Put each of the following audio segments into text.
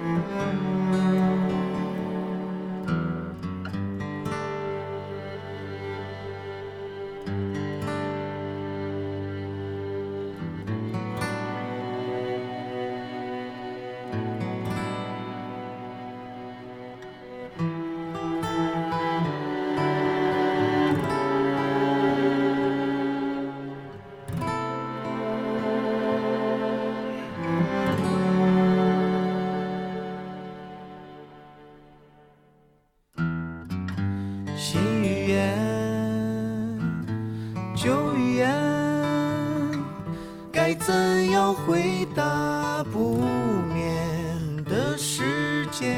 新语言旧语言，该怎样回答不眠的时间？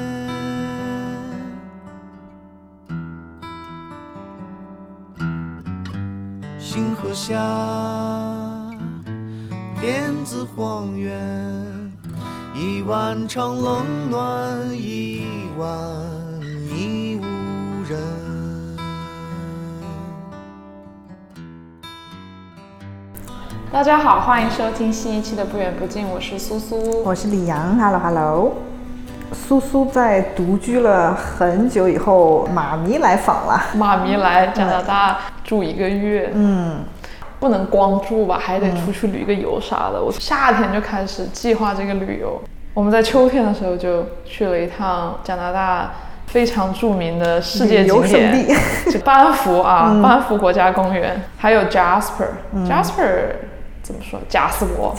星河下，电子荒原，一万场冷暖，一万你无人。 大家好，欢迎收听新一期的不远不近，我是苏苏， 我是李阳 ，Hello Hello。苏苏在独居了很久以后，妈咪来访了。 妈咪来加拿大住1个月，不能光住吧，还得出去旅个游啥的。我夏天就开始计划这个旅游，我们在秋天的时候就去了一趟加拿大非常著名的世界景点，就班夫啊，班夫国家公园，还有 Jasper，Jasper 怎么说？贾斯伯，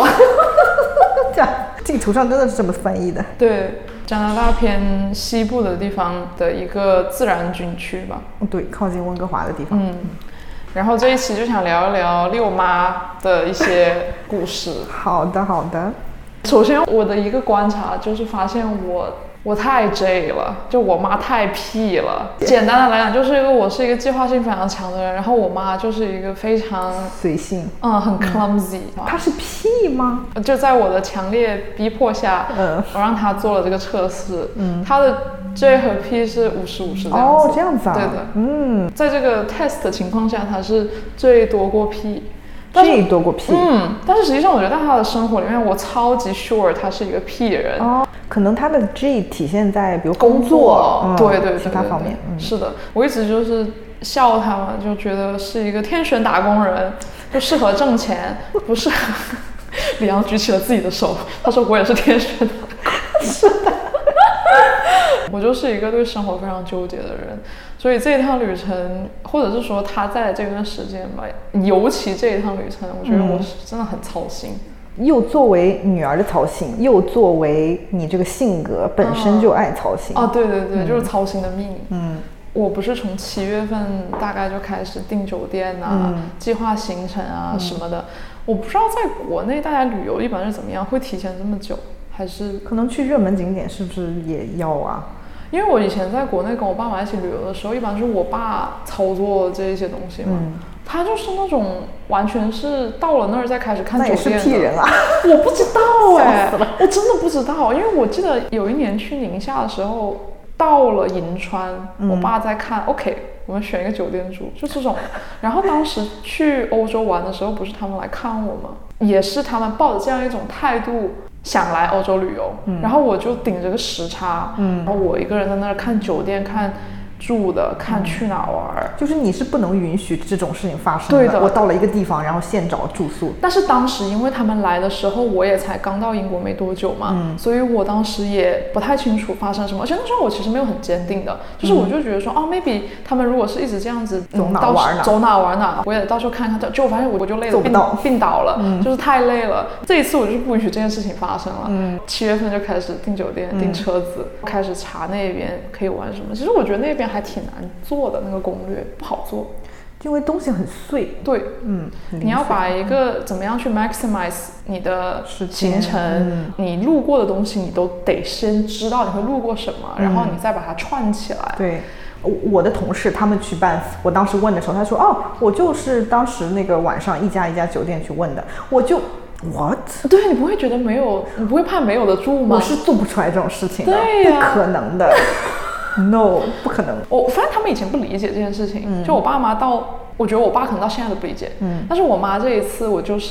地图上真的是这么翻译的。 对，加拿大偏西部的地方的一个自然景区吧。 对，靠近温哥华的地方。 然后这一期就想聊一聊遛妈的一些故事。 好的，好的。 首先，我的一个观察就是发现我太 J 了，就我妈太 P 了。简单的来讲，就是因为我是一个计划性非常强的人，然后我妈就是一个非常随性， 很 clumsy。 她是 P 吗？ 就在我的强烈逼迫下，我让她做了这个测试。她的 J 和 P 是50-50这样子。 哦，这样子啊。 对的。在这个 test 的情况下，她是 J 多过 P。 J 多过 P。 但是实际上我觉得在他的生活里面，我超级 sure 他是一个 P 人。 可能他的 J 体现在比如工作，对其他方面。 是的，我一直就是笑他嘛，就觉得是一个天选打工人，就适合挣钱，不适合。李阳举起了自己的手，他说我也是天选打工。是的。我就是一个对生活非常纠结的人，所以这一趟旅程，或者是说他在这段时间吧，尤其这一趟旅程，我觉得我是真的很操心。 又作为女儿的操心，又作为你这个性格本身就爱操心。 对对对，就是操心的命。我不是从7月份大概就开始订酒店啊，计划行程啊什么的。我不知道在国内大家旅游一般是怎么样，会提前这么久，还是可能去热门景点是不是也要啊？ 因为我以前在国内跟我爸妈一起旅游的时候，一般是我爸操作这一些东西嘛。他就是那种完全是到了那儿再开始看酒店的。 那也是 P 人啊。 我不知道我真的不知道，因为我记得有一年去宁夏的时候，到了银川，我爸在看，OK， 我们选一个酒店住，就这种。然后当时去欧洲玩的时候，不是他们来看我吗？也是他们抱着这样一种态度想来欧洲旅游，然后我就顶着个时差，然后我一个人在那儿看酒店、看住的、看去哪玩。就是你是不能允许这种事情发生的。 对的。 我到了一个地方，然后现找住宿。 但是当时因为他们来的时候，我也才刚到英国没多久嘛，所以我当时也不太清楚发生什么。而且那时候我其实没有很坚定的，就是我就觉得说，maybe 他们如果是一直这样子走哪玩哪， 我也到时候看看。就我发现我就累了，病倒了，就是太累了。这一次我就是不允许这件事情发生了。7月份就开始订酒店、订车子，开始查那边可以玩什么。其实我觉得那边还挺难做的，那个攻略不好做。 因为东西很碎。 对，你要把一个怎么样去 maximize 你的行程，你路过的东西你都得先知道你会路过什么，然后你再把它串起来。 对，我的同事他们去办，我当时问的时候，他说我就是当时那个晚上一家酒店去问的，我就 what？ 对，你不会觉得没有，你不会怕没有的住吗？ 我是做不出来这种事情的。 对呀， 不可能的。No， 不可能。 我发现他们以前不理解这件事情，就我爸妈我觉得我爸可能到现在都不理解。但是我妈这一次，我就是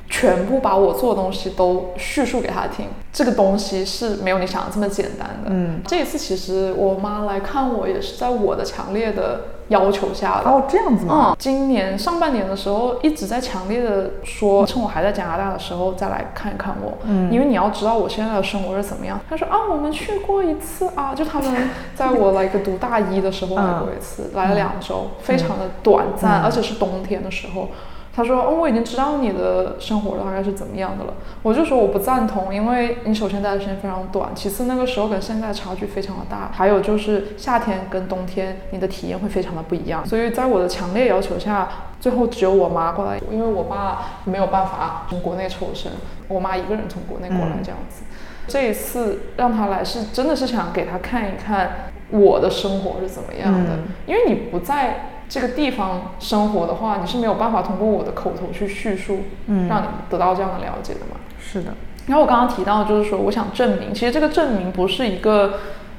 全部把我做的东西都叙述给他听，这个东西是没有你想的这么简单的。这一次其实我妈来看我也是在我的强烈的要求下的。 哦，这样子吗？ 今年上半年的时候一直在强烈的说，趁我还在加拿大的时候再来看一看我。因为你要知道我现在的生活是怎么样。他说啊，我们去过一次啊，就他们在我读大一的时候来过一次，来了2周，非常的短暂，而且是冬天的时候。他说我已经知道你的生活大概是怎么样的了。我就说我不赞同，因为你首先待的时间非常短，其次那个时候跟现在差距非常的大，还有就是夏天跟冬天你的体验会非常的不一样。所以在我的强烈要求下，最后只有我妈过来，因为我爸没有办法从国内抽身，我妈一个人从国内过来这样子。这一次让她来是真的是想给她看一看我的生活是怎么样的，因为你不在这个地方生活的话，你是没有办法通过我的口头去叙述，让你得到这样的了解的嘛。 是的。 然后我刚刚提到就是说，我想证明，其实这个证明不是一个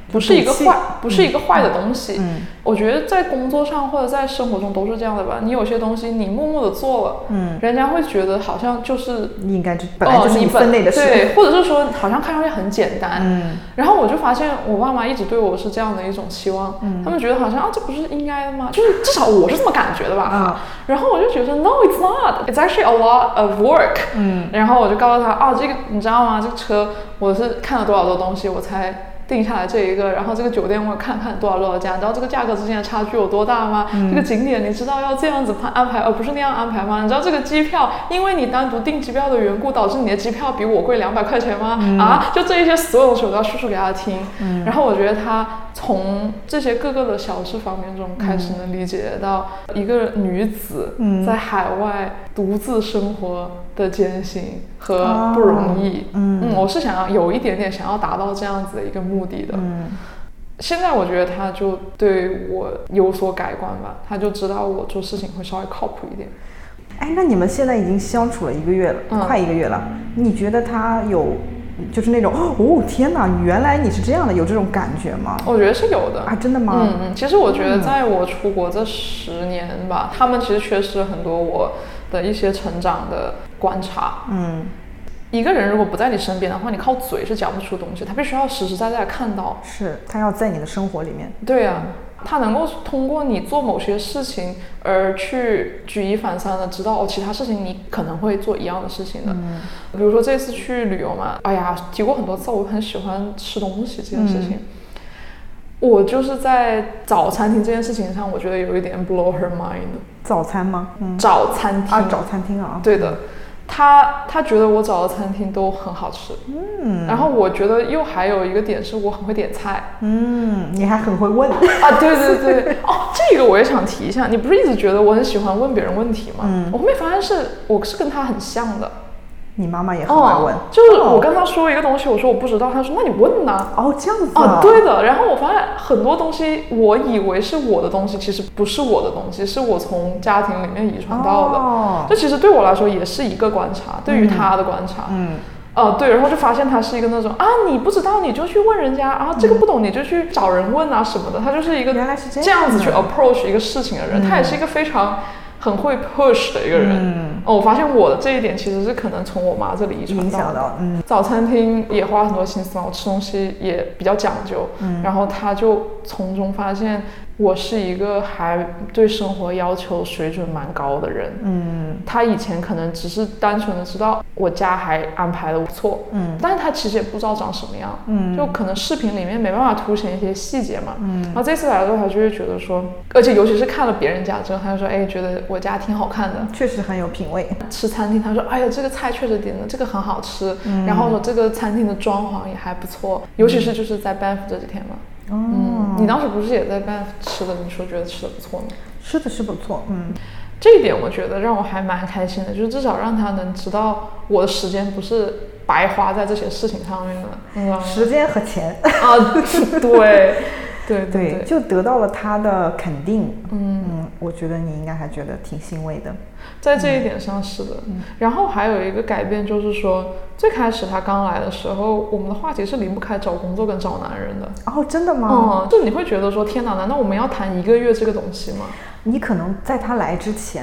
坏的东西。我觉得在工作上或者在生活中都是这样的吧。你有些东西你默默的做了，人家会觉得好像就是你应该本来就是你分内的事， 对，或者是说好像看上去很简单。然后我就发现我爸妈一直对我是这样的一种期望，他们觉得好像这不是应该的吗？就是至少我是这么感觉的吧。然后我就觉得 No, it's not. It's actually a lot of work. 然后我就告诉他这个你知道吗？这个车我是看了多少东西我才定下来这一个，然后这个酒店我看多少家，你知道这个价格之间的差距有多大吗？这个景点你知道要这样子安排而不是那样安排吗？你知道这个机票因为你单独订机票的缘故导致你的机票比我贵200块钱吗？就这一些所有东西我都要叙述给他听。然后我觉得他从这些各个的小事方面中开始能理解到一个女子在海外独自生活的艰辛和不容易。我是有一点点想要达到这样子的一个目的的。现在我觉得他就对我有所改观吧，他就知道我做事情会稍微靠谱一点。 那你们现在已经相处了1个月了，快1个月了，你觉得他有就是那种天哪，原来你是这样的，有这种感觉吗？ 我觉得是有的。 真的吗？ 其实我觉得在我出国这10年吧，他们其实缺失了很多我的一些成长的观察。一个人如果不在你身边的话，你靠嘴是讲不出东西，他必须要实实在在看到， 是他要在你的生活里面。 对啊，他能够通过你做某些事情而去举一反三的知道其他事情你可能会做一样的事情的。比如说这次去旅游嘛，提过很多次我很喜欢吃东西这件事情。我就是在找餐厅这件事情上，我觉得有一点 blow her mind。 早餐吗？ 找餐厅找餐厅啊。 对的。他觉得我找的餐厅都很好吃。然后我觉得又还有一个点是我很会点菜。 你还很会问。 对对对。这个我也想提一下，你不是一直觉得我很喜欢问别人问题吗？我后面发现我是跟他很像的。 你妈妈也很爱问。 就是我跟她说一个东西，我说我不知道，她说那你问呐。 这样子对的。然后我发现很多东西我以为是我的东西，其实不是我的东西，是我从家庭里面遗传到的。这其实对我来说也是一个观察，对于他的观察。对，然后就发现他是一个那种你不知道你就去问人家这个不懂你就去找人问什么的，他就是一个原来是这样子去 approach 一个事情的人。他也是一个非常很会 push 的一个人。我发现我的这一点其实是可能从我妈这里遗传到的。找餐厅也花很多心思嘛，我吃东西也比较讲究。然后他就从中发现我是一个还对生活要求水准蛮高的人。他以前可能只是单纯的知道我家还安排的不错，但是他其实也不知道长什么样。就可能视频里面没办法凸显一些细节嘛。然后这次来的时候他就会觉得说，而且尤其是看了别人家之后，他就说觉得我家挺好看的， 确实很有品味。 吃餐厅他说这个菜确实点的这个很好吃。然后说这个餐厅的装潢也还不错，尤其是就是在 Banff 这几天嘛。你当时不是也在 Banff 吃的？你说觉得吃的不错吗？ 吃的是不错。 这一点我觉得让我还蛮开心的，就是至少让他能知道我的时间不是白花在这些事情上面的， 时间和钱。对，就得到了他的肯定。我觉得你应该还觉得挺欣慰的。 在这一点上是的。然后还有一个改变就是说，最开始他刚来的时候，我们的话题是离不开找工作跟找男人的。 真的吗？ 就你会觉得说，天哪，难道我们要谈1个月这个东西吗？ 你可能在他来之前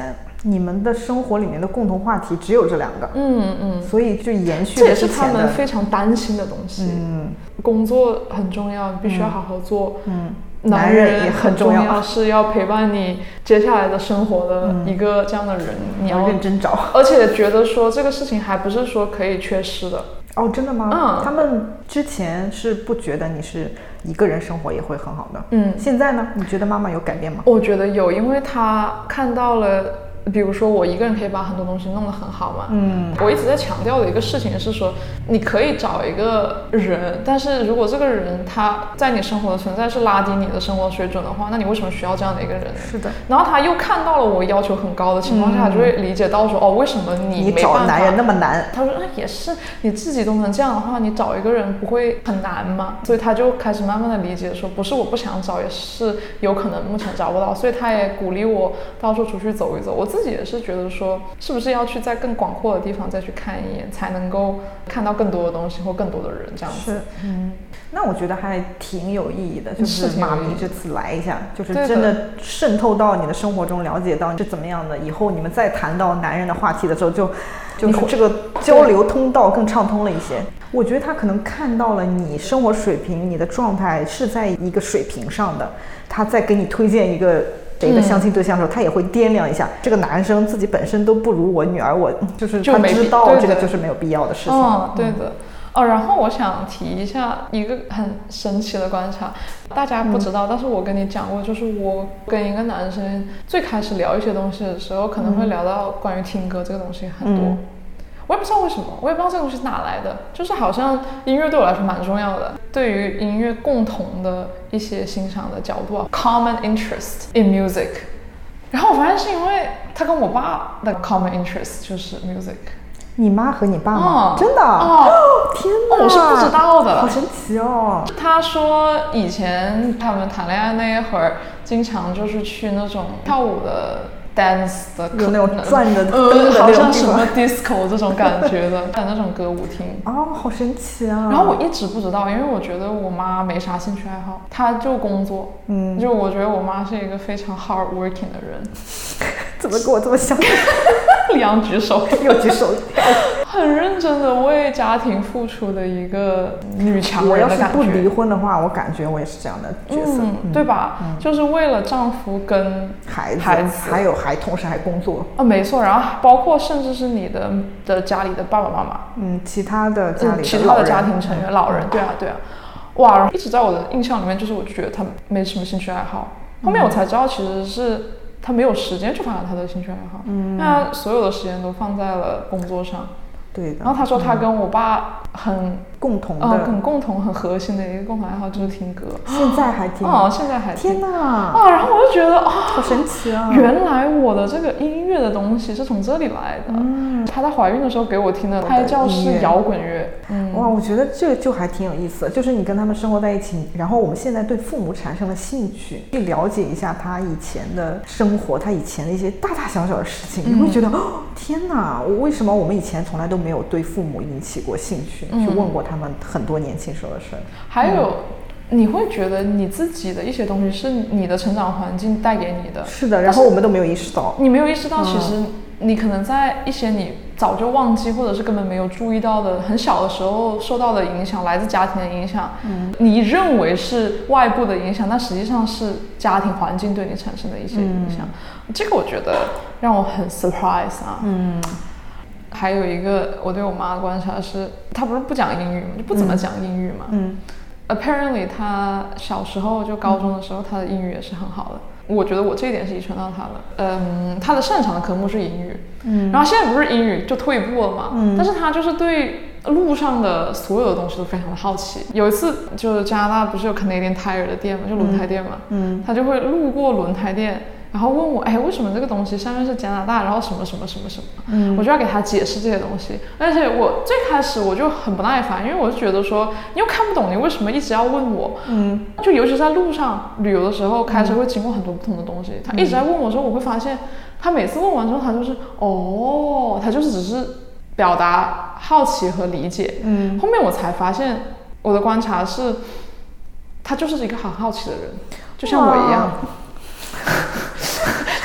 你们的生活里面的共同话题只有这两个，所以就延续这也是他们非常担心的东西。工作很重要，必须要好好做。男人也很重要，是要陪伴你接下来的生活的一个这样的人，你要认真找， 而且觉得说这个事情还不是说可以缺失的。 哦，真的吗？他们之前是不觉得你是一个人生活也会很好的。现在呢？你觉得妈妈有改变吗？ 我觉得有，因为她看到了。比如说我一个人可以把很多东西弄得很好嘛，我一直在强调的一个事情是说，你可以找一个人，但是如果这个人他在你生活的存在是拉低你的生活水准的话，那你为什么需要这样的一个人？ 是的。 然后他又看到了我要求很高的情况下，就会理解到说，哦，为什么你没办法找男人那么难？ 他说，也是，你自己都能这样的话，你找一个人不会很难吗？所以他就开始慢慢的理解说，不是我不想找，也是有可能目前找不到，所以他也鼓励我到处出去走一走。我自己也是觉得说，是不是要去在更广阔的地方再去看一眼，才能够看到更多的东西或更多的人这样子。 是，那我觉得还挺有意义的，就是妈咪这次来一下，就是真的渗透到你的生活中，了解到你是怎么样的，以后你们再谈到男人的话题的时候，就是这个交流通道更畅通了一些。我觉得他可能看到了你生活水平，你的状态是在一个水平上的，他再给你推荐一个谁的相亲对象的时候，他也会掂量一下，这个男生自己本身都不如我女儿，我就是他知道这个就是没有必要的事情。 对的。然后我想提一下一个很神奇的观察，大家不知道，但是我跟你讲过，就是我跟一个男生最开始聊一些东西的时候，可能会聊到关于听歌这个东西很多。我也不知道为什么，我也不知道这个东西是哪来的，就是好像音乐对我来说蛮重要的，对于音乐共同的一些欣赏的角度，common interest in music。然后我发现是因为他跟我爸的 common interest 就是 music。 你妈和你爸吗？真的？天哪！ 我是不知道的。 好神奇哦！ 他说以前他们谈恋爱那一会儿，经常就是去那种跳舞的 dance 的， 有那种转的灯的那种地方， 好像什么 disco 这种感觉的那种歌舞厅。 好神奇啊！ 然后我一直不知道，因为我觉得我妈没啥兴趣爱好，她就工作。就我觉得我妈是一个非常 hard working 的人。 怎么跟我这么像？ 李阳举手， 又举手， 很认真的为家庭付出的一个女强人的感觉。 我要是不离婚的话，我感觉我也是这样的角色， 对吧？就是为了丈夫跟孩子， 还同时还工作没错。然后包括甚至是你的家里的爸爸妈妈， 其他的家里其他的家庭成员，老人，对啊，哇，一直在我的印象里面，就是我就觉得他没什么兴趣爱好。后面我才知道，其实是他没有时间去发展他的兴趣爱好，那所有的时间都放在了工作上。 对的。 然后他说他跟我爸很共同的， 很核心的一个共同爱好就是听歌。 现在还听？ 现在还听。 天哪！ 然后我就觉得好神奇啊！ 原来我的这个音乐的东西是从这里来的。她在怀孕的时候给我听的胎教式摇滚乐。 哇，我觉得这就还挺有意思的，就是你跟他们生活在一起，然后我们现在对父母产生了兴趣，去了解一下他以前的生活，他以前的一些大大小小的事情，你会觉得天哪，为什么我们以前从来都没有对父母引起过兴趣，去问过他们很多年轻时候的事儿。 还有你会觉得你自己的一些东西是你的成长环境带给你的。 是的，然后我们都没有意识到。 你没有意识到，其实你可能在一些你早就忘记或者是根本没有注意到的很小的时候受到的影响，来自家庭的影响，你认为是外部的影响，但实际上是家庭环境对你产生的一些影响。这个我觉得让我很 surprise 啊。还有一个我对我妈的观察是，她不是不讲英语嘛，就不怎么讲英语嘛。Apparently 她小时候就高中的时候，她的英语也是很好的。我觉得我这一点是遗传到她的。她的擅长的科目是英语。然后现在不是英语就退步了嘛。但是她就是对路上的所有的东西都非常的好奇。有一次就是加拿大不是有 Canadian Tire 的店嘛，就轮胎店嘛。她就会路过轮胎店，然后问我，为什么这个东西上面是加拿大，然后什么什么什么什么，我就要给他解释这些东西。而且我最开始我就很不耐烦，因为我就觉得说你又看不懂，你为什么一直要问我？就尤其在路上旅游的时候，开车会经过很多不同的东西，他一直在问我的时候，我会发现他每次问完之后，他就是他就是只是表达好奇和理解。后面我才发现我的观察是，他就是一个很好奇的人，就像我一样。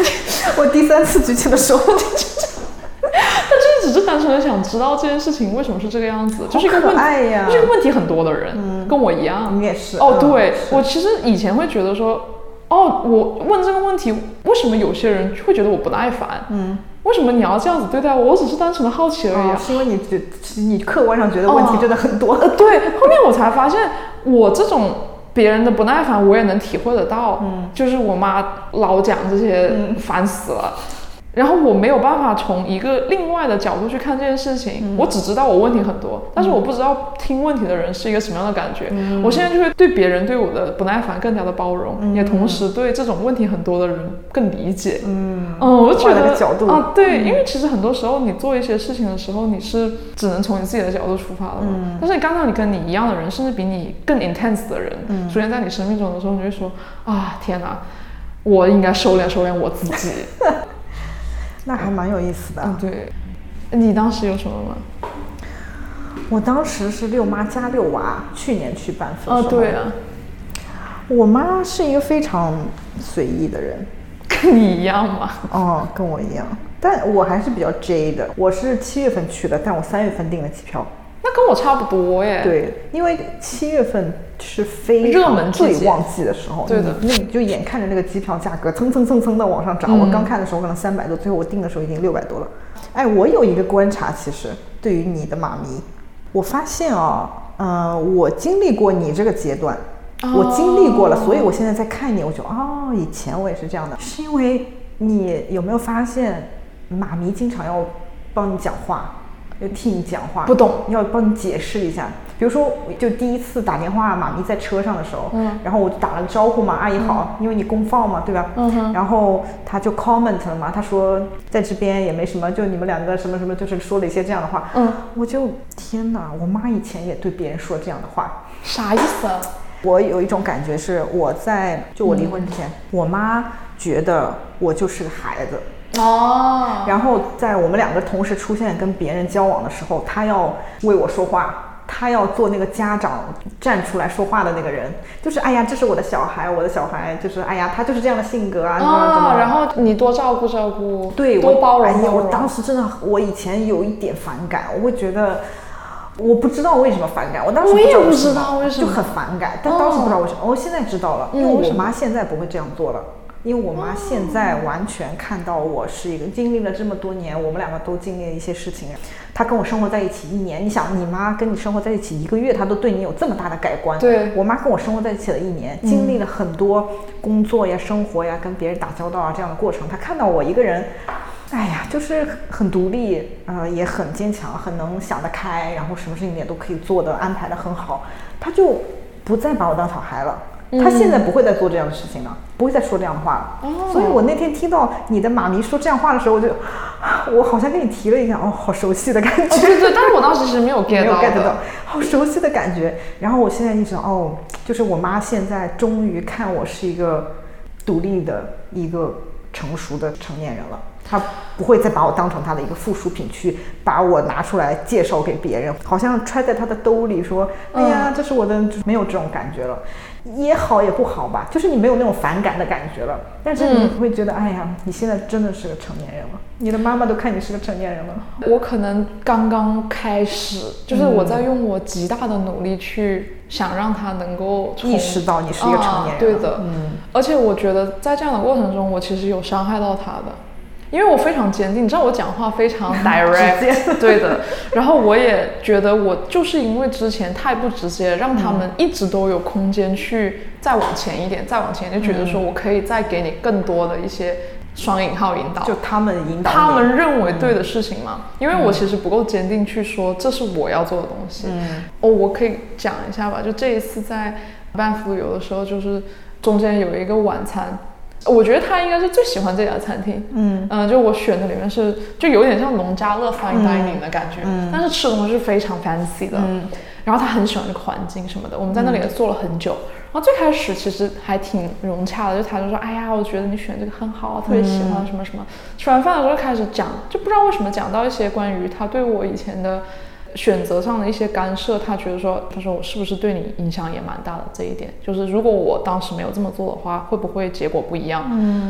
我第3次举起的时候， 但这只是单纯的想知道这件事情为什么是这个样子，就是一个问题，就是一个问题很多的人，跟我一样。 你也是哦，对，我其实以前会觉得说，哦，我问这个问题，为什么有些人会觉得我不耐烦？为什么你要这样子对待我？我只是单纯的好奇而已。 是因为你客观上觉得问题真的很多。 对，后面我才发现，我这种别人的不耐烦，我也能体会得到。就是我妈老讲这些，烦死了。然后我没有办法从一个另外的角度去看这件事情，我只知道我问题很多，但是我不知道听问题的人是一个什么样的感觉。我现在就会对别人对我的不耐烦更加的包容，也同时对这种问题很多的人更理解。我就觉得角度对，因为其实很多时候你做一些事情的时候，你是只能从你自己的角度出发的嘛。但是刚刚你跟你一样的人，甚至比你更 intense 的人，出现在你生命中的时候，你会说啊，天哪，我应该收敛收敛我自己。 那还蛮有意思的。 对，你当时有什么吗？ 我当时是6妈加6娃，去年去办分手。 对啊。 我妈是一个非常随意的人， 跟你一样吗？ 跟我一样，但我还是比较 J 的。我是7月份去的，但我3月份订了机票。 那跟我差不多耶。 对，因为7月份是非常最旺季的时候， 对的， 那你就眼看着那个机票价格蹭蹭蹭蹭的往上涨。我刚看的时候可能300多，最后我订的时候已经600多了。哎，我有一个观察，其实对于你的妈咪，我发现我经历过你这个阶段，我经历过了，所以我现在在看你，我就以前我也是这样的，是因为你有没有发现，妈咪经常要帮你讲话。要替你讲话， 不懂， 要帮你解释一下。比如说，就第一次打电话，妈咪在车上的时候，然后我就打了个招呼嘛，阿姨好，因为你公放嘛，对吧？然后他就 comment 了嘛，他说在这边也没什么，就你们2个什么什么，就是说了一些这样的话。我就天哪，我妈以前也对别人说这样的话， 啥意思啊？ 我有一种感觉是，我离婚之前，我妈觉得我就是个孩子。然后在我们2个同时出现跟别人交往的时候，他要为我说话，他要做那个家长站出来说话的那个人，就是哎呀，这是我的小孩，我的小孩就是哎呀，他就是这样的性格啊， 然后你多照顾照顾， 对， 多包容。 我当时真的，我以前有一点反感，我会觉得。我不知道为什么反感，我当时我也不知道为什么， 就很反感，但当时不知道为什么。我现在知道了，因为我妈现在不会这样做了。因为我妈现在完全看到我是一个经历了这么多年，我们2个都经历了一些事情。她跟我生活在一起1年，你想，你妈跟你生活在一起1个月，她都对你有这么大的改观。 对， 我妈跟我生活在一起了1年，经历了很多工作呀、生活呀、跟别人打交道啊这样的过程。她看到我一个人，哎呀，就是很独立，也很坚强，很能想得开，然后什么事情也都可以做的安排得很好，她就不再把我当小孩了。他现在不会再做这样的事情了，不会再说这样的话了。所以我那天听到你的妈咪说这样话的时候，我好像跟你提了一下，好熟悉的感觉。 对，但是我当时其实没有 get 到，好熟悉的感觉。然后我现在意识到，就是我妈现在终于看我是一个独立的一个成熟的成年人了。他不会再把我当成他的一个附属品，去把我拿出来介绍给别人，好像揣在他的兜里说，哎呀，这是我的，没有这种感觉了。也好也不好吧，就是你没有那种反感的感觉了，但是你会觉得，哎呀，你现在真的是个成年人了，你的妈妈都看你是个成年人了。 我可能刚刚开始，就是我在用我极大的努力去想让他能够意识到你是一个成年人。 对的，而且我觉得在这样的过程中，我其实有伤害到他的。因为我非常坚定，你知道我讲话非常 direct， 对的。然后我也觉得我就是因为之前太不直接，让他们一直都有空间去再往前一点，再往前，就觉得说我可以再给你更多的一些双引号引导， 就他们引导， 他们认为对的事情嘛。因为我其实不够坚定去说这是我要做的东西。我可以讲一下吧，就这一次在班夫有的时候就是中间有一个晚餐。我觉得他应该是最喜欢这家餐厅，就我选的里面是就有点像农家乐 fine dining 的感觉，但是吃的东西是非常 fancy 的，然后他很喜欢这个环境什么的，我们在那里也坐了很久，然后最开始其实还挺融洽的，就他就说，哎呀，我觉得你选这个很好，特别喜欢什么什么，吃完饭的时候开始讲，就不知道为什么讲到一些关于他对我以前的选择上的一些干涉，他觉得说，他说我是不是对你影响也蛮大的这一点，就是如果我当时没有这么做的话，会不会结果不一样？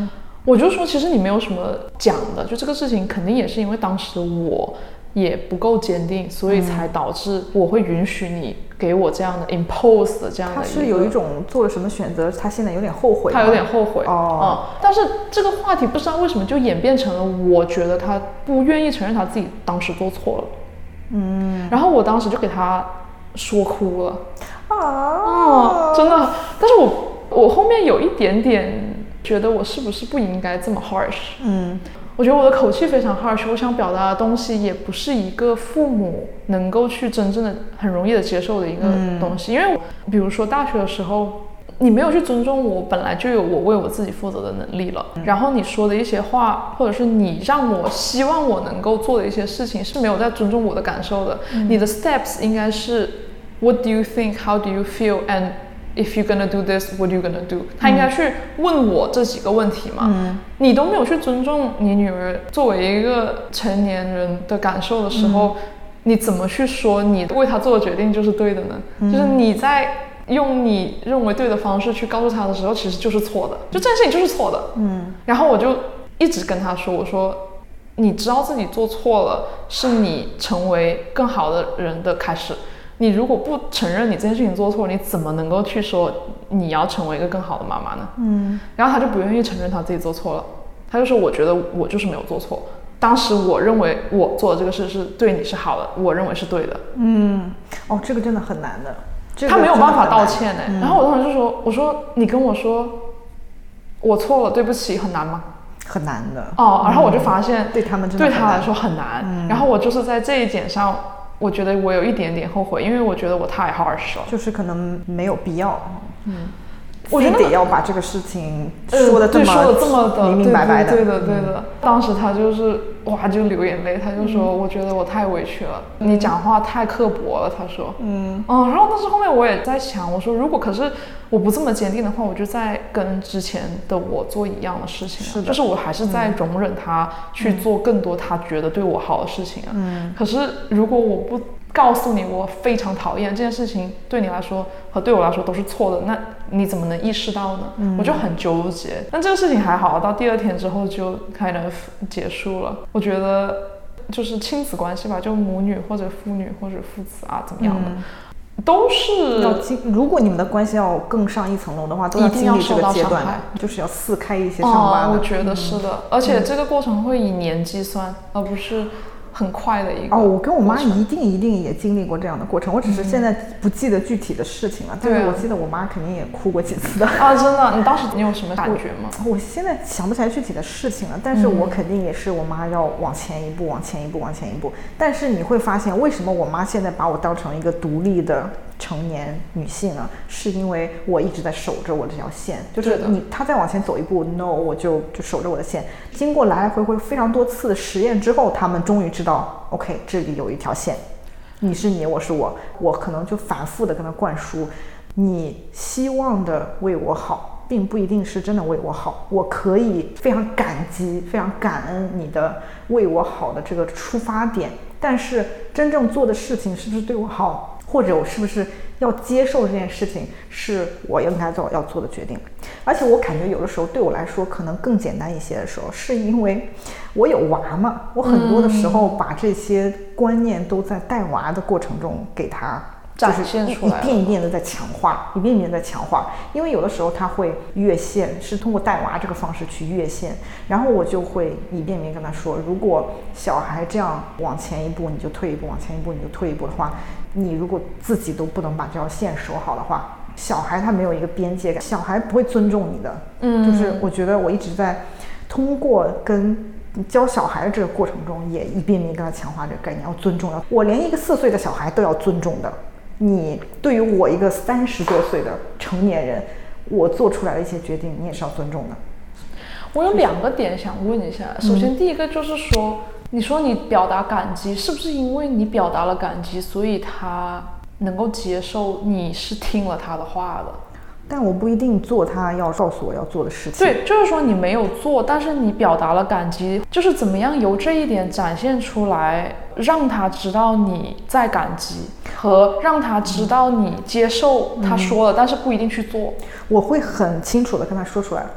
我就说其实你没有什么讲的，就这个事情肯定也是因为当时我也不够坚定，所以才导致我会允许你给我这样的 impose 的这样的。 他是有一种做了什么选择，他现在有点后悔。 他有点后悔但是这个话题不知道为什么就演变成了，我觉得他不愿意承认他自己当时做错了。然后我当时就给他说哭了真的。但是我后面有一点点觉得我是不是不应该这么 harsh。我觉得我的口气非常 harsh， 我想表达的东西也不是一个父母能够去真正的很容易的接受的一个东西。因为比如说大学的时候，你没有去尊重我本来就有我为我自己负责的能力了，然后你说的一些话，或者是你让我希望我能够做的一些事情是没有在尊重我的感受的。你的 steps 应该是 What do you think? How do you feel? And if you're gonna do this, what are you gonna do? 他应该去问我这几个问题嘛。你都没有去尊重你女儿作为一个成年人的感受的时候，你怎么去说你为她做的决定就是对的呢？就是你在用你认为对的方式去告诉她的时候，其实就是错的，就这件事情就是错的。然后我就一直跟她说，我说你知道自己做错了，是你成为更好的人的开始。你如果不承认你这件事情做错，你怎么能够去说你要成为一个更好的妈妈呢？然后他就不愿意承认他自己做错了，他就说我觉得我就是没有做错，当时我认为我做的这个事是对你是好的，我认为是对的。 这个真的很难的， 他没有办法道歉然后我当时就说，我说你跟我说我错了，对不起，很难吗？ 很难的然后我就发现对他们真的对他来说很难。然后我就是在这一点上，我觉得我有一点点后悔，因为我觉得我太 harsh 了， 就是可能没有必要。 我觉得得要把这个事情说的这么的明明白白的。 对的。当时他就是就流眼泪，他就说我觉得我太委屈了，你讲话太刻薄了，他说。然后但是后面我也在想，我说如果可是我不这么坚定的话，我就在跟之前的我做一样的事情就是我还是在容忍他去做更多他觉得对我好的事情可是如果我不告诉你我非常讨厌这件事情，对你来说和对我来说都是错的，那你怎么能意识到呢？我就很纠结。但这个事情还好，到第2天之后就kind of结束了。我觉得就是亲子关系吧，就母女或者父女或者父子怎么样的，都是如果你们的关系要更上一层楼的话，都要经历这个阶段，就是要撕开一些伤疤的。 我觉得是的，而且这个过程会以年计算，而不是很快的一个我跟我妈一定也经历过这样的过程，我只是现在不记得具体的事情了，但是我记得我妈肯定也哭过几次的真的。你当时你有什么感觉吗？ 我现在想不起来具体的事情了，但是我肯定也是我妈要往前一步往前一步往前一步。但是你会发现为什么我妈现在把我当成一个独立的成年女性呢？是因为我一直在守着我这条线，就是她再往前走一步 no 我就守着我的线。经过来来回回非常多次的实验之后，他们终于知道 OK 这里有一条线，你是你我是我可能就反复的跟她灌输，你希望的为我好并不一定是真的为我好，我可以非常感激非常感恩你的为我好的这个出发点，但是真正做的事情是不是对我好，或者我是不是要接受这件事情，是我应该要做的决定。而且我感觉有的时候对我来说可能更简单一些的时候，是因为我有娃嘛，我很多的时候把这些观念都在带娃的过程中给他展现出来， 一遍一遍的在强化，一遍一遍在强化。因为有的时候他会越线，是通过带娃这个方式去越线，然后我就会一遍一遍跟他说，如果小孩这样往前一步你就退一步，往前一步你就退一步的话，你如果自己都不能把这条线守好的话，小孩他没有一个边界感，小孩不会尊重你的。就是我觉得我一直在通过跟教小孩的这个过程中，也一遍遍跟他强化这个概念，要尊重。我连一个4岁的小孩都要尊重的，你对于我一个30多岁的成年人，我做出来的一些决定，你也是要尊重的。 我有2个点想问一下。首先第一个就是说，你说你表达感激，是不是因为你表达了感激，所以他能够接受你是听了他的话的？ 但我不一定做他要告诉我要做的事情。 对，就是说你没有做，但是你表达了感激，就是怎么样由这一点展现出来，让他知道你在感激，和让他知道你接受他说了，但是不一定去做。 我会很清楚的跟他说出来。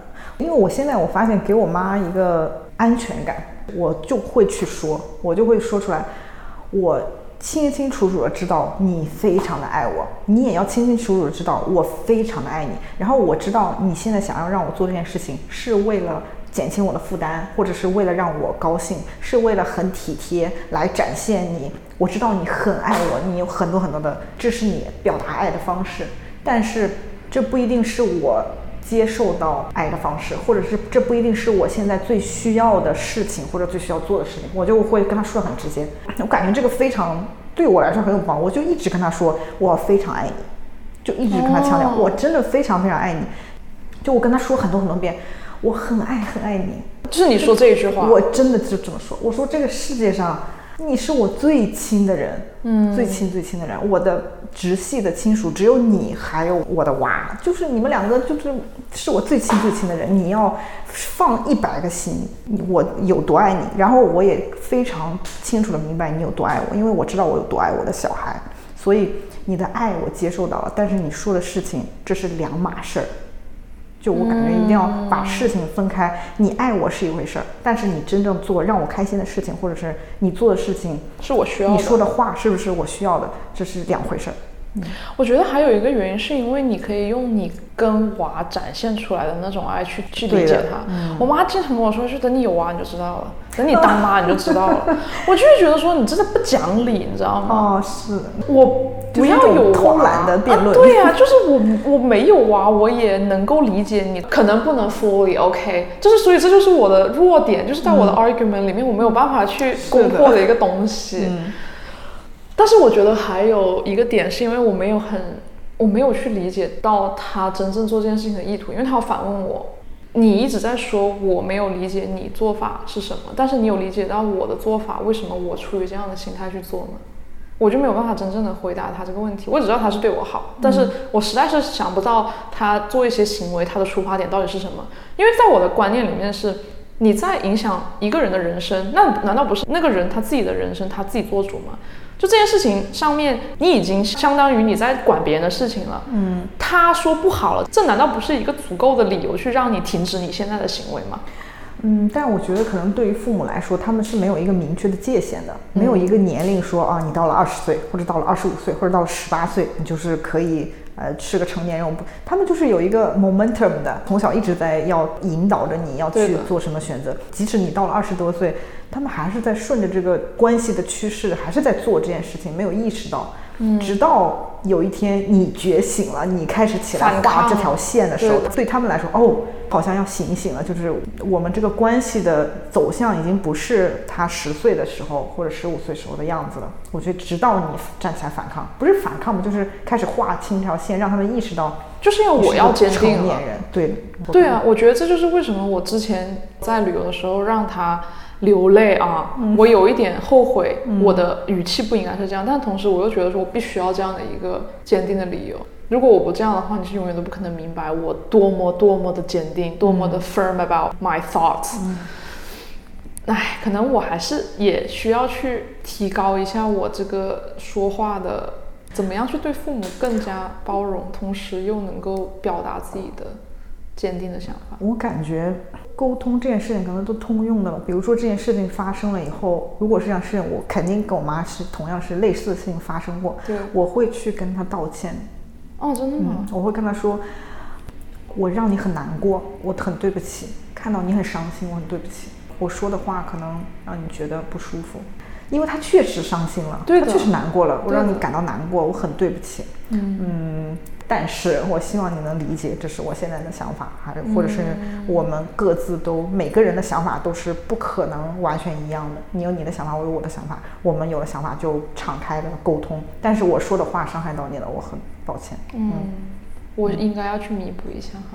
因为我现在我发现给我妈一个安全感，我就会去说，我就会说出来，我清清楚楚的知道你非常的爱我，你也要清清楚楚的知道我非常的爱你。然后我知道你现在想要让我做这件事情是为了减轻我的负担，或者是为了让我高兴，是为了很体贴来展现你。我知道你很爱我，你有很多很多的，这是你表达爱的方式，但是这不一定是我接受到爱的方式，或者是这不一定是我现在最需要的事情，或者最需要做的事情。我就会跟他说得很直接，我感觉这个非常对我来说很有帮，我就一直跟他说我非常爱你，就一直跟他强调我真的非常非常爱你，就我跟他说很多很多遍，我很爱很爱你。 就是你说这一句话， 我真的就这么说，我说这个世界上你是我最亲的人，最亲最亲的人，我的直系的亲属只有你还有我的娃，就是你们两个是我最亲最亲的人，你要放100个心，我有多爱你，然后我也非常清楚的明白你有多爱我，因为我知道我有多爱我的小孩，所以你的爱我接受到了，但是你说的事情这是两码事儿。就我感觉一定要把事情分开，你爱我是一回事儿，但是你真正做让我开心的事情，或者是你做的事情是我需要的， 你说的话是不是我需要的，这是两回事儿。 我觉得还有一个原因是因为你可以用你跟娃展现出来的那种爱去理解他。我妈经常跟我说，就等你有娃你就知道了，等你当妈你就知道了。我就会觉得说你真的不讲理，你知道吗？ 哦，是我不要有偷懒的辩论。 对呀，就是我没有娃，我也能够理解你，可能不能 fully OK， 就是所以这就是我的弱点，就是在我的 argument 里面我没有办法去攻破的一个东西。但是我觉得还有一个点是因为我没有去理解到他真正做这件事情的意图，因为他要反问我，你一直在说我没有理解你做法是什么，但是你有理解到我的做法，为什么我出于这样的心态去做呢？我就没有办法真正的回答他这个问题。我只知道他是对我好，但是我实在是想不到他做一些行为他的出发点到底是什么，因为在我的观念里面是你在影响一个人的人生，那难道不是那个人他自己的人生他自己做主吗？就这件事情上面，你已经相当于你在管别人的事情了。他说不好了，这难道不是一个足够的理由去让你停止你现在的行为吗？ 但我觉得可能对于父母来说，他们是没有一个明确的界限的，没有一个年龄说啊，你到了20岁，或者到了25岁，或者到了18岁，你就是可以是个成年人。他们就是有一个 momentum 的，从小一直在要引导着你要去做什么选择，即使你到了20多岁，他们还是在顺着这个关系的趋势，还是在做这件事情，没有意识到。直到有一天你觉醒了，你开始起来画这条线的时候，对他们来说，哦，好像要醒醒了，就是我们这个关系的走向已经不是他10岁的时候或者15岁时候的样子了。我觉得直到你站起来反抗，不是反抗嘛，就是开始画清这条线，让他们意识到， 就是我要坚定了。 成年人， 对啊，我觉得这就是为什么我之前在旅游的时候让他流泪啊，我有一点后悔，我的语气不应该是这样，但同时我又觉得说我必须要这样的一个坚定的理由。如果我不这样的话，你是永远都不可能明白我多么的坚定，多么的 firm about my thoughts。可能我还是也需要去提高一下我这个说话的，怎么样去对父母更加包容，同时又能够表达自己的坚定的想法。 我感觉沟通这件事情可能都通用的了。比如说这件事情发生了以后，如果是这样事情，我肯定跟我妈是同样是类似的事情发生过，我会去跟她道歉。 哦，真的吗？ 我会跟她说，我让你很难过，我很对不起，看到你很伤心，我很对不起，我说的话可能让你觉得不舒服，因为他确实伤心了，他确实难过了，我让你感到难过，我很对不起。但是我希望你能理解，这是我现在的想法，或者是我们各自都每个人的想法都是不可能完全一样的。你有你的想法，我有我的想法，我们有了想法就敞开的沟通。但是我说的话伤害到你了，我很抱歉。 我应该要去弥补一下哈。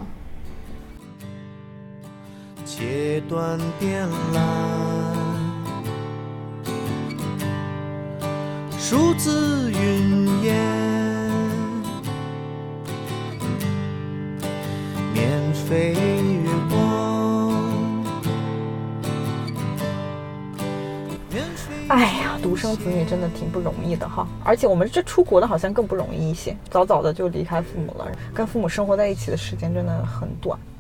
切断电缆，数字云烟，免费月光。 哎呀，独生子女真的挺不容易的哈，而且我们这出国的好像更不容易一些，早早的就离开父母了，跟父母生活在一起的时间真的很短，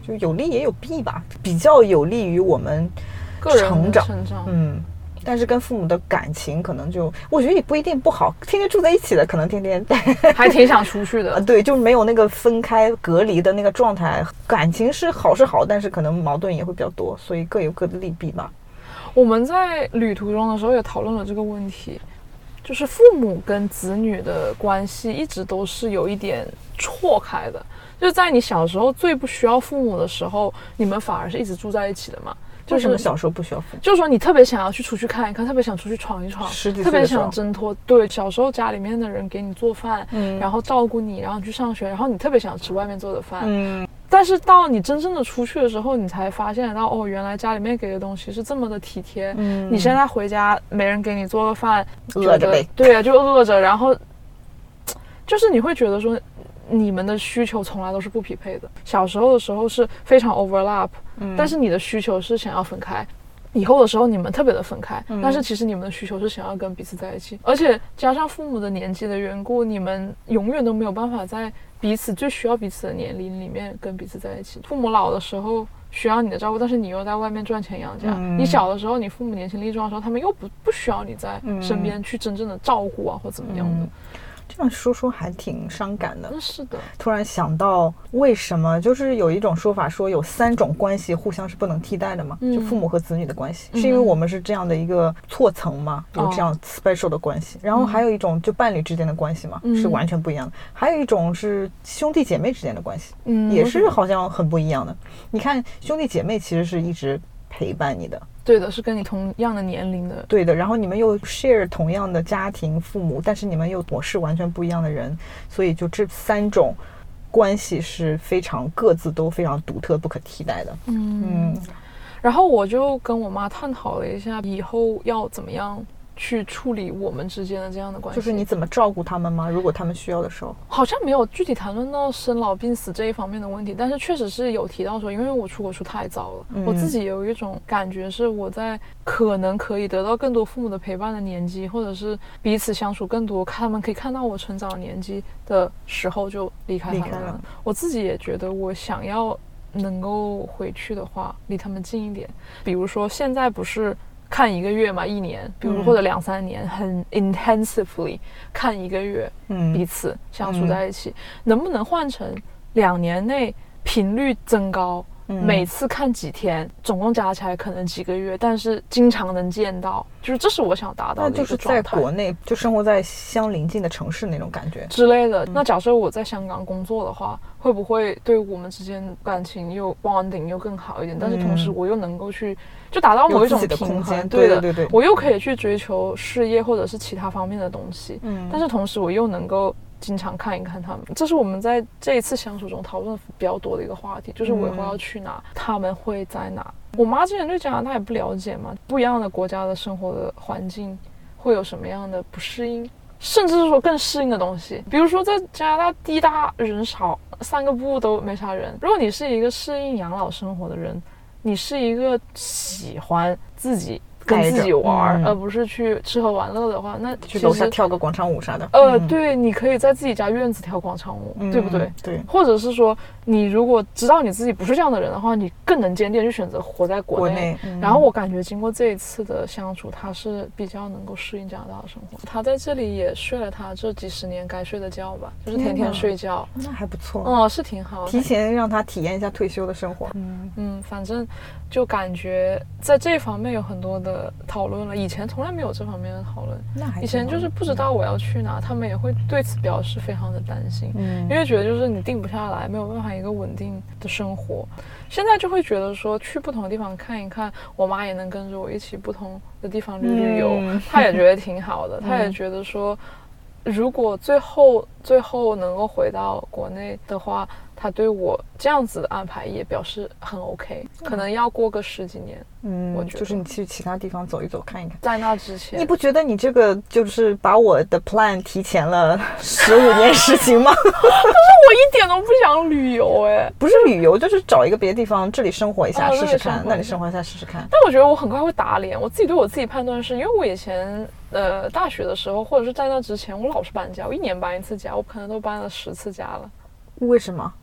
就有利也有弊吧，比较有利于我们个人成长。但是跟父母的感情可能就，我觉得也不一定不好。天天住在一起的，可能天天还挺想出去的。 对，就没有那个分开隔离的那个状态。感情是好，但是可能矛盾也会比较多，所以各有各的利弊吧。 我们在旅途中的时候也讨论了这个问题，就是父母跟子女的关系一直都是有一点错开的。就是在你小时候最不需要父母的时候，你们反而是一直住在一起的嘛。 为什么小时候不需要父母？ 就是说你特别想要去出去看一看，特别想出去闯一闯，特别想挣脱。对，小时候家里面的人给你做饭，然后照顾你，然后你去上学，然后你特别想吃外面做的饭。但是到你真正的出去的时候，你才发现到哦，原来家里面给的东西是这么的体贴。你现在回家没人给你做个饭， 饿着呗。 对啊，就饿着，然后就是你会觉得说你们的需求从来都是不匹配的。小时候的时候是非常 overlap，但是你的需求是想要分开。以后的时候你们特别的分开，但是其实你们的需求是想要跟彼此在一起。而且加上父母的年纪的缘故，你们永远都没有办法在彼此最需要彼此的年龄里面跟彼此在一起。父母老的时候需要你的照顾，但是你又在外面赚钱养家。你小的时候，你父母年轻力壮的时候，他们又不需要你在身边去真正的照顾啊，或怎么样的。 这样说还挺伤感的。 是的， 突然想到为什么就是有一种说法说有3种关系互相是不能替代的嘛，就父母和子女的关系，是因为我们是这样的一个错层嘛，有这样 special 的关系。然后还有一种就伴侣之间的关系嘛，是完全不一样的。还有一种是兄弟姐妹之间的关系，也是好像很不一样的。你看兄弟姐妹其实是一直陪伴你的。 对的，是跟你同样的年龄的。 对的，然后你们又 share 同样的家庭父母，但是你们又模式完全不一样的人，所以就这3种关系是非常各自都非常独特不可替代的。 然后我就跟我妈探讨了一下以后要怎么样去处理我们之间的这样的关系。 就是你怎么照顾他们吗？如果他们需要的时候。 好像没有具体谈论到生老病死这一方面的问题，但是确实是有提到说，因为我出国出太早了，我自己有一种感觉是我在可能可以得到更多父母的陪伴的年纪，或者是彼此相处更多，他们可以看到我成长的年纪的时候就离开他们了。我自己也觉得我想要能够回去的话离他们近一点。比如说现在不是看1个月嘛，1年，比如或者2、3年，很 intensively 看1个月，彼此相处在一起，能不能换成2年内频率增高，每次看几天，总共加起来可能几个月，但是经常能见到，就是这是我想达到的一个状态。那就是在国内就生活在相邻近的城市那种感觉之类的。那假设我在香港工作的话，会不会对我们之间感情又 bonding 又更好一点？但是同时我又能够去就达到某一种平衡， 对的， 我又可以去追求事业或者是其他方面的东西，但是同时我又能够经常看一看他们。这是我们在这一次相处中讨论比较多的一个话题，就是我以后要去哪，他们会在哪。我妈之前对加拿大也不了解嘛，不一样的国家的生活的环境会有什么样的不适应，甚至是说更适应的东西。比如说在加拿大地大人少，3个部都没啥人。如果你是一个适应养老生活的人，你是一个喜欢自己跟自己玩，而不是去吃喝玩乐的话，那去楼下跳个广场舞啥的。 对，你可以在自己家院子跳广场舞，对不对？ 对。 或者是说，你如果知道你自己不是这样的人的话，你更能坚定去选择活在国内。然后我感觉经过这一次的相处，他是比较能够适应加拿大的生活。他在这里也睡了他这几十年该睡的觉吧，就是天天睡觉。 那还不错。 是挺好的。 提前让他体验一下退休的生活。 反正就感觉在这方面有很多的讨论了，以前从来没有这方面的讨论。以前就是不知道我要去哪，他们也会对此表示非常的担心，因为觉得就是你定不下来，没有办法一个稳定的生活。现在就会觉得说去不同的地方看一看，我妈也能跟着我一起不同的地方旅游，她也觉得挺好的，她也觉得说如果最后能够回到国内的话，他对我这样子的安排也表示很 OK， 可能要过个10几年。我觉得就是你去其他地方走一走看一看。 在那之前， 你不觉得你这个就是把我的 plan 提前了15年实行吗？可是我一点都不想旅游不是旅游，就是找一个别的地方，这里生活一下试试看，那里生活一下试试看。 但我觉得我很快会打脸，我自己对我自己判断是因为我以前大学的时候或者是在那之前，我老是搬家，我1年搬1次家，我可能都搬了10次家了。 为什么？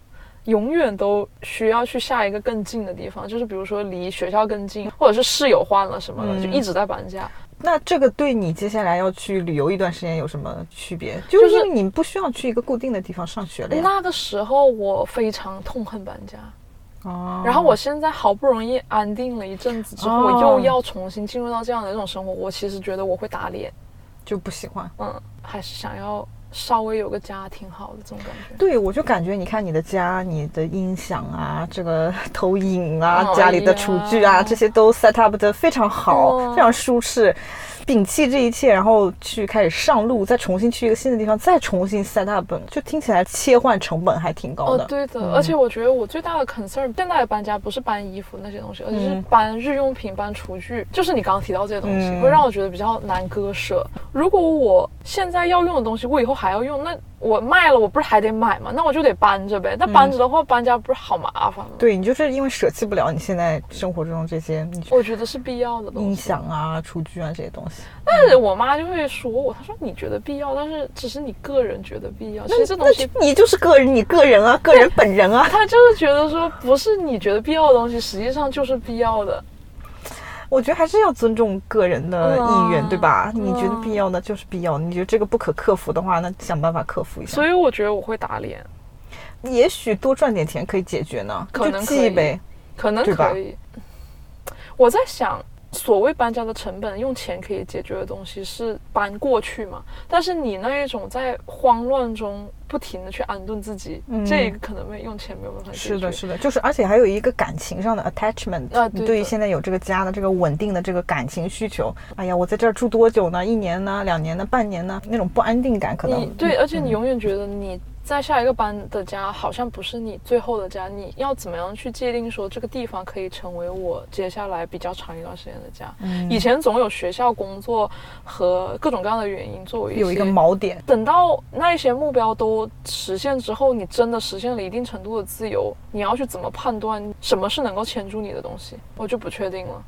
永远都需要去下一个更近的地方，就是比如说离学校更近，或者是室友换了什么的，就一直在搬家。 那这个对你接下来要去旅游一段时间有什么区别？就是因为你不需要去一个固定的地方上学了呀。 那个时候我非常痛恨搬家。然后我现在好不容易安定了一阵子之后，我又要重新进入到这样的一种生活，我其实觉得我会打脸， 就不喜欢。 还是想要稍微有个家挺好的这种感觉。 对，我就感觉你看你的家，你的音响啊，这个投影啊，家里的厨具啊，这些都 set up 的非常好，非常舒适。摒弃这一切，然后去开始上路，再重新去一个新的地方，再重新 set up， 就听起来切换成本还挺高的。 对的，而且我觉得我最大的 concern， 现在的搬家不是搬衣服那些东西，而是搬日用品、搬厨具，就是你刚刚提到这些东西，会让我觉得比较难割舍。如果我现在要用的东西，我以后还要用，那我卖了，我不是还得买吗？那我就得搬着呗。那搬着的话，搬家不是好麻烦吗？ 对，你就是因为舍弃不了你现在生活中这些， 我觉得是必要的东西， 音响啊、厨具啊这些东西。 但是我妈就会说我，她说你觉得必要，但是只是你个人觉得必要。其实这东西你就是个人，你个人啊，个人本人啊。 她就是觉得说，不是你觉得必要的东西，实际上就是必要的。 我觉得还是要尊重个人的意愿，对吧？你觉得必要的就是必要，你觉得这个不可克服的话，那想办法克服一下。 所以我觉得我会打脸。 也许多赚点钱可以解决呢， 可能可以呗， 可能可以。我在想，所谓搬家的成本，用钱可以解决的东西是搬过去嘛？但是你那一种在慌乱中不停的去安顿自己，这个可能用钱没有办法解决。 是的，是的，就是而且还有一个感情上的 attachment，你对于现在有这个家的这个稳定的这个感情需求。哎呀，我在这儿住多久呢？1年呢？2年呢？半年呢？那种不安定感可能。 对，而且你永远觉得你在下一个搬的家好像不是你最后的家，你要怎么样去界定说这个地方可以成为我接下来比较长一段时间的家？以前总有学校、工作和各种各样的原因作为有一个锚点。 等到那一些目标都实现之后，你真的实现了一定程度的自由，你要去怎么判断什么是能够牵住你的东西，我就不确定了。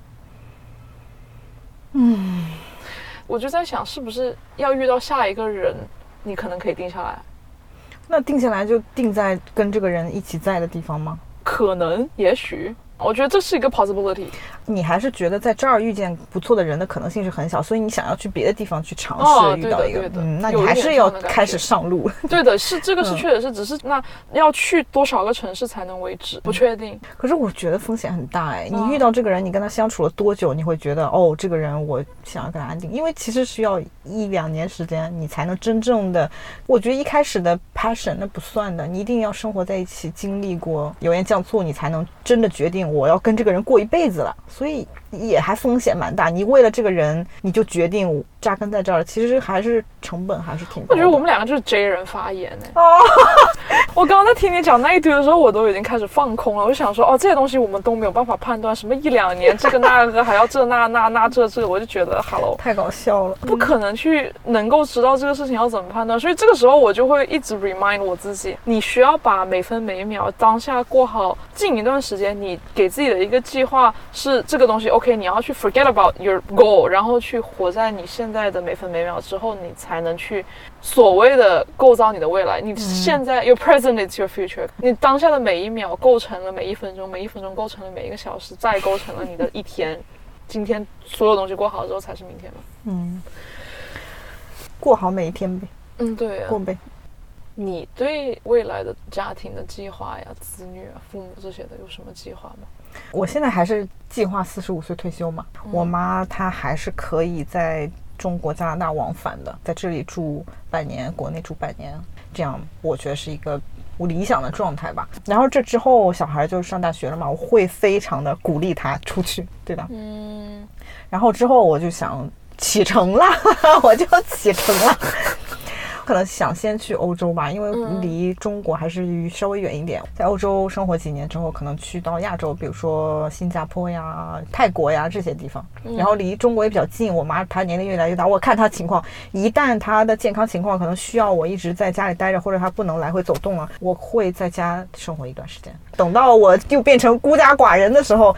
我就在想，是不是要遇到下一个人，你可能可以定下来。 那定下来就定在跟这个人一起在的地方吗？ 可能，也许，我觉得这是一个 possibility。 你还是觉得在这儿遇见不错的人的可能性是很小，所以你想要去别的地方去尝试遇到一个，那你还是要开始上路。 对的，是这个是确实是，只是那要去多少个城市才能为止，不确定。 可是我觉得风险很大哎，你遇到这个人，你跟他相处了多久，你会觉得哦，这个人我想要跟他安定，因为其实需要1-2年时间，你才能真正的，我觉得一开始的 passion 那不算的，你一定要生活在一起，经历过油盐酱醋，你才能真的决定我要跟这个人过一辈子了。所以也还风险蛮大，你为了这个人你就决定扎根在这儿，其实还是成本还是挺高的。 我觉得我们两个就是 J 人发言我刚刚在听你讲那一堆的时候，我都已经开始放空了。我就想说，这些东西我们都没有办法判断，什么1-2年这个那个还要这那这，我就觉得 hello 太搞笑了， 不可能去能够知道这个事情要怎么判断。所以这个时候我就会一直 remind 我自己，你需要把每分每秒当下过好，近一段时间你给自己的一个计划是这个东西 OK， 你要去 forget about your goal， 然后去活在你现在的每分每秒之后，你才能去所谓的构造你的未来。你现在 your present is your future， 你当下的每一秒构成了每一分钟，每一分钟构成了每一个小时，再构成了你的一天。今天所有东西过好之后才是明天嘛。 过好每一天呗。 对啊， 过呗。 你对未来的家庭的计划呀、子女啊、父母这些的有什么计划吗？ 我现在还是计划45岁退休嘛。我妈她还是可以在中国加拿大往返的，在这里住半年，国内住半年，这样我觉得是一个我理想的状态吧。然后这之后小孩就上大学了嘛，我会非常的鼓励他出去，对吧？然后之后我就想启程了我就启程了可能想先去欧洲吧，因为离中国还是稍微远一点，在欧洲生活几年之后，可能去到亚洲，比如说新加坡呀、泰国呀这些地方，然后离中国也比较近。我妈她年龄越来越大，我看她情况，一旦她的健康情况可能需要我一直在家里待着，或者她不能来回走动了，我会在家生活一段时间。等到我又变成孤家寡人的时候，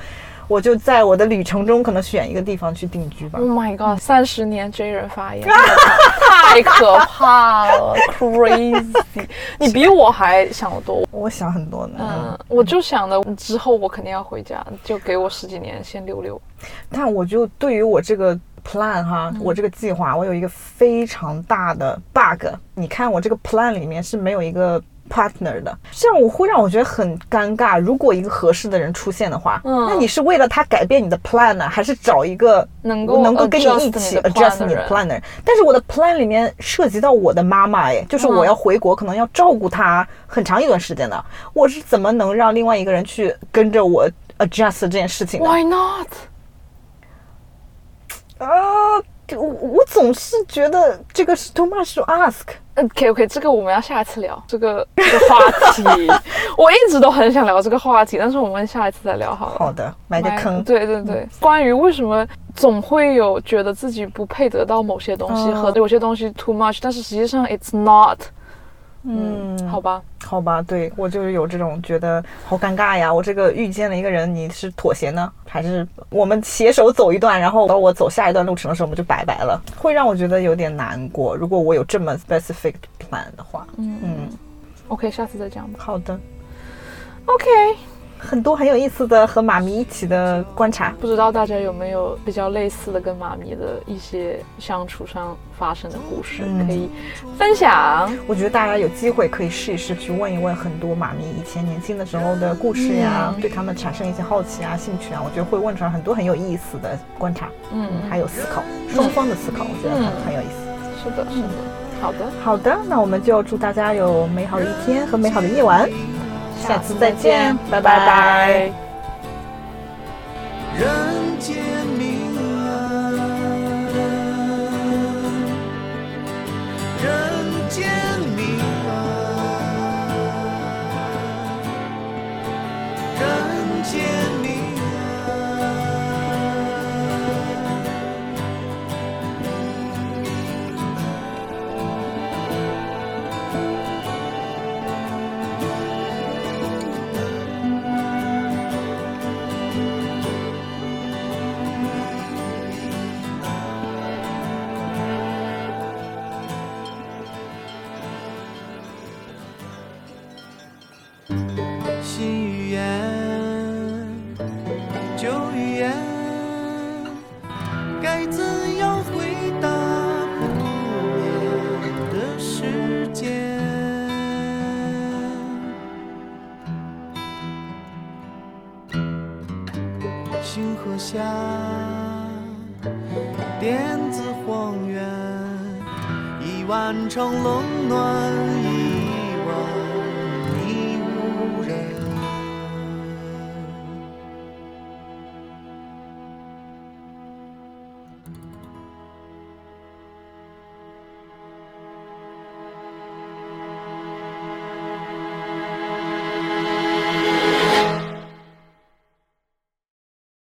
我就在我的旅程中可能选一个地方去定居吧。 Oh my god， 30年 J 人发言，太可怕了，crazy！ 你比我还想得多。 我想很多呢。 我就想的之后我肯定要回家，就给我10几年先溜溜。 但我就对于我这个 plan 哈，我这个计划，我有一个非常大的 bug。你看我这个 plan 里面是没有一个 partner 的，这样我会让我觉得很尴尬。如果一个合适的人出现的话，那你是为了他改变你的 plan 呢，还是找一个能够跟你一起 adjust 你的 planner？ 但是我的 plan 里面涉及到我的妈妈，就是我要回国，可能要照顾她很长一段时间的，我是怎么能让另外一个人去跟着我 adjust 这件事情呢？ Why not？ 我总是觉得这个是 too much to ask。OK， 这个我们要下一次聊这个话题。我一直都很想聊这个话题，但是我们下一次再聊好了。 好的，埋个坑。 对，关于为什么总会有觉得自己不配得到某些东西，和有些东西 too much， 但是实际上 it's not。好吧，对，我就是有这种觉得好尴尬呀。我这个遇见了一个人，你是妥协呢，还是我们携手走一段，然后当我走下一段路程的时候，我们就拜拜了，会让我觉得有点难过。如果我有这么 specific plan 的话，OK， 下次再讲吧。好的 ，OK。很多很有意思的和妈咪一起的观察，不知道大家有没有比较类似的跟妈咪的一些相处上发生的故事可以分享。我觉得大家有机会可以试一试去问一问很多妈咪以前年轻的时候的故事呀，对他们产生一些好奇啊、兴趣啊，我觉得会问出来很多很有意思的观察，还有思考，双方的思考，我觉得很有意思。是的，好的，那我们就祝大家有美好的一天和美好的夜晚。下次再见，拜拜。人间明暗，人间明暗，人间明星河下，电子荒原，一万场冷暖。